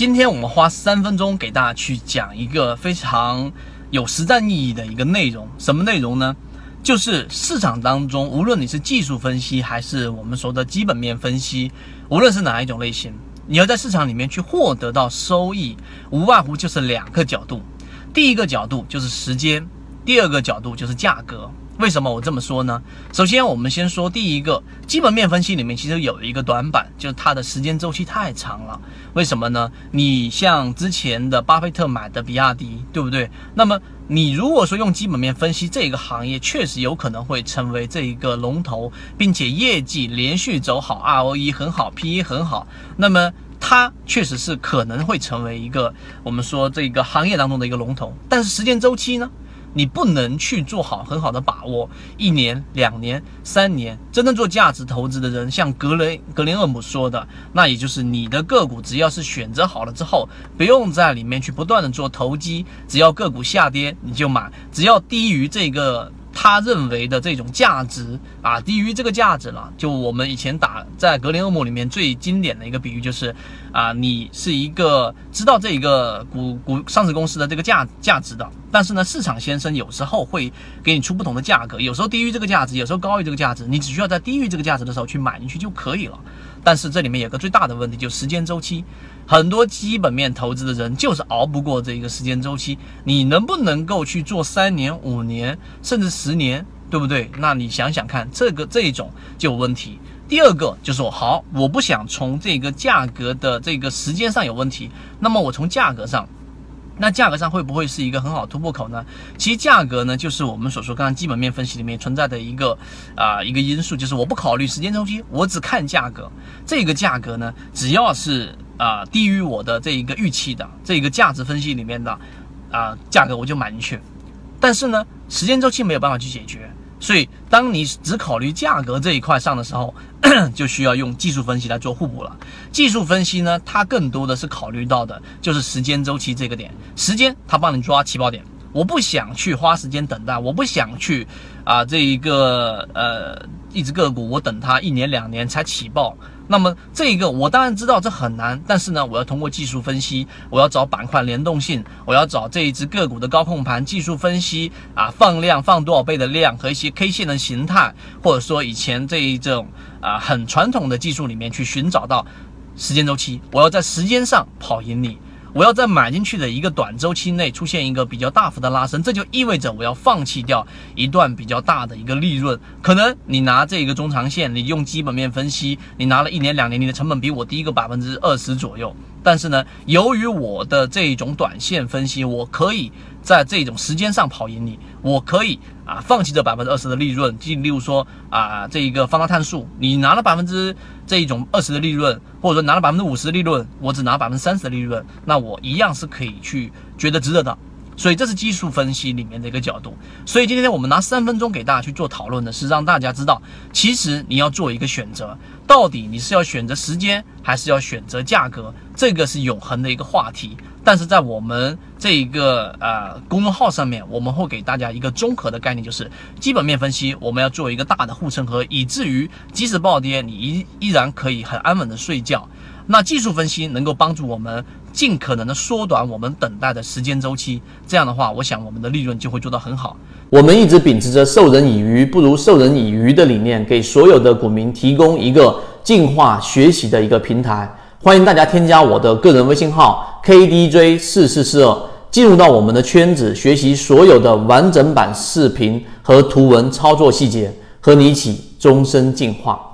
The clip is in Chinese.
今天我们花3分钟给大家去讲一个非常有实战意义的一个内容。什么内容呢？就是市场当中，无论你是技术分析还是我们说的基本面分析，无论是哪一种类型，你要在市场里面去获得到收益，无外乎就是2个角度。第一个角度就是时间，第二个角度就是价格。为什么我这么说呢？首先我们先说第一个，基本面分析里面其实有一个短板，就是它的时间周期太长了。为什么呢？你像之前的巴菲特买的比亚迪，对不对？那么你如果说用基本面分析这个行业，确实有可能会成为这一个龙头，并且业绩连续走好， ROE 很好， PE 很好，那么它确实是可能会成为一个我们说这个行业当中的一个龙头。但是时间周期呢，你不能去做好很好的把握，1年、2年、3年，真正做价值投资的人，像格林厄姆说的，那也就是你的个股只要是选择好了之后，不用在里面去不断的做投机，只要个股下跌你就买，只要低于这个他认为的这种价值低于这个价值了。就我们以前在格林厄姆里面最经典的一个比喻就是你是一个知道这一个上市公司的这个价值的，但是呢，市场先生有时候会给你出不同的价格，有时候低于这个价值，有时候高于这个价值，你只需要在低于这个价值的时候去买进去就可以了。但是这里面有个最大的问题，就是时间周期。很多基本面投资的人就是熬不过这个时间周期，你能不能够去做3年、5年，甚至10年，对不对？那你想想看，这一种就有问题。第二个就是说，好，我不想从这个价格的这个时间上有问题，那么我从价格上。那价格上会不会是一个很好的突破口呢？其实价格呢，就是我们所说刚刚基本面分析里面存在的一个因素，就是我不考虑时间周期，我只看价格。这个价格呢，只要是低于我的这一个预期的这个价值分析里面的价格，我就买进去。但是呢，时间周期没有办法去解决，所以当你只考虑价格这一块上的时候，就需要用技术分析来做互补了。技术分析呢，它更多的是考虑到的就是时间周期这个点，时间它帮你抓起爆点，我不想去花时间等待，我不想去这一个一只个股我等它1年2年才起爆。那么这个我当然知道这很难，但是呢，我要通过技术分析，我要找板块联动性，我要找这一只个股的高控盘技术分析放量放多少倍的量和一些 K 线的形态，或者说以前这一种很传统的技术里面去寻找到时间周期，我要在时间上跑赢你。我要在买进去的一个短周期内出现一个比较大幅的拉升，这就意味着我要放弃掉一段比较大的一个利润。可能你拿这个中长线，你用基本面分析，你拿了1年2年，你的成本比我低个20%左右。但是呢，由于我的这种短线分析，我可以在这种时间上跑赢你，我可以放弃这20%的利润。例如说这一个放大碳素，你拿了这一种20%的利润，或者说拿了50%的利润，我只拿30%的利润，那我一样是可以去觉得值得的。所以这是技术分析里面的一个角度。所以今天我们拿3分钟给大家去做讨论的是让大家知道，其实你要做一个选择，到底你是要选择时间还是要选择价格，这个是永恒的一个话题。但是在我们这一个公众号上面，我们会给大家一个综合的概念，就是基本面分析我们要做一个大的护城河，以至于即使暴跌你依然可以很安稳的睡觉。那技术分析能够帮助我们尽可能的缩短我们等待的时间周期，这样的话我想我们的利润就会做得很好。 我们一直秉持着授人以鱼不如授人以渔的理念，给所有的股民提供一个进化学习的一个平台。欢迎大家添加我的个人微信号 KDJ4442，进入到我们的圈子，学习所有的完整版视频和图文操作细节，和你一起终身进化。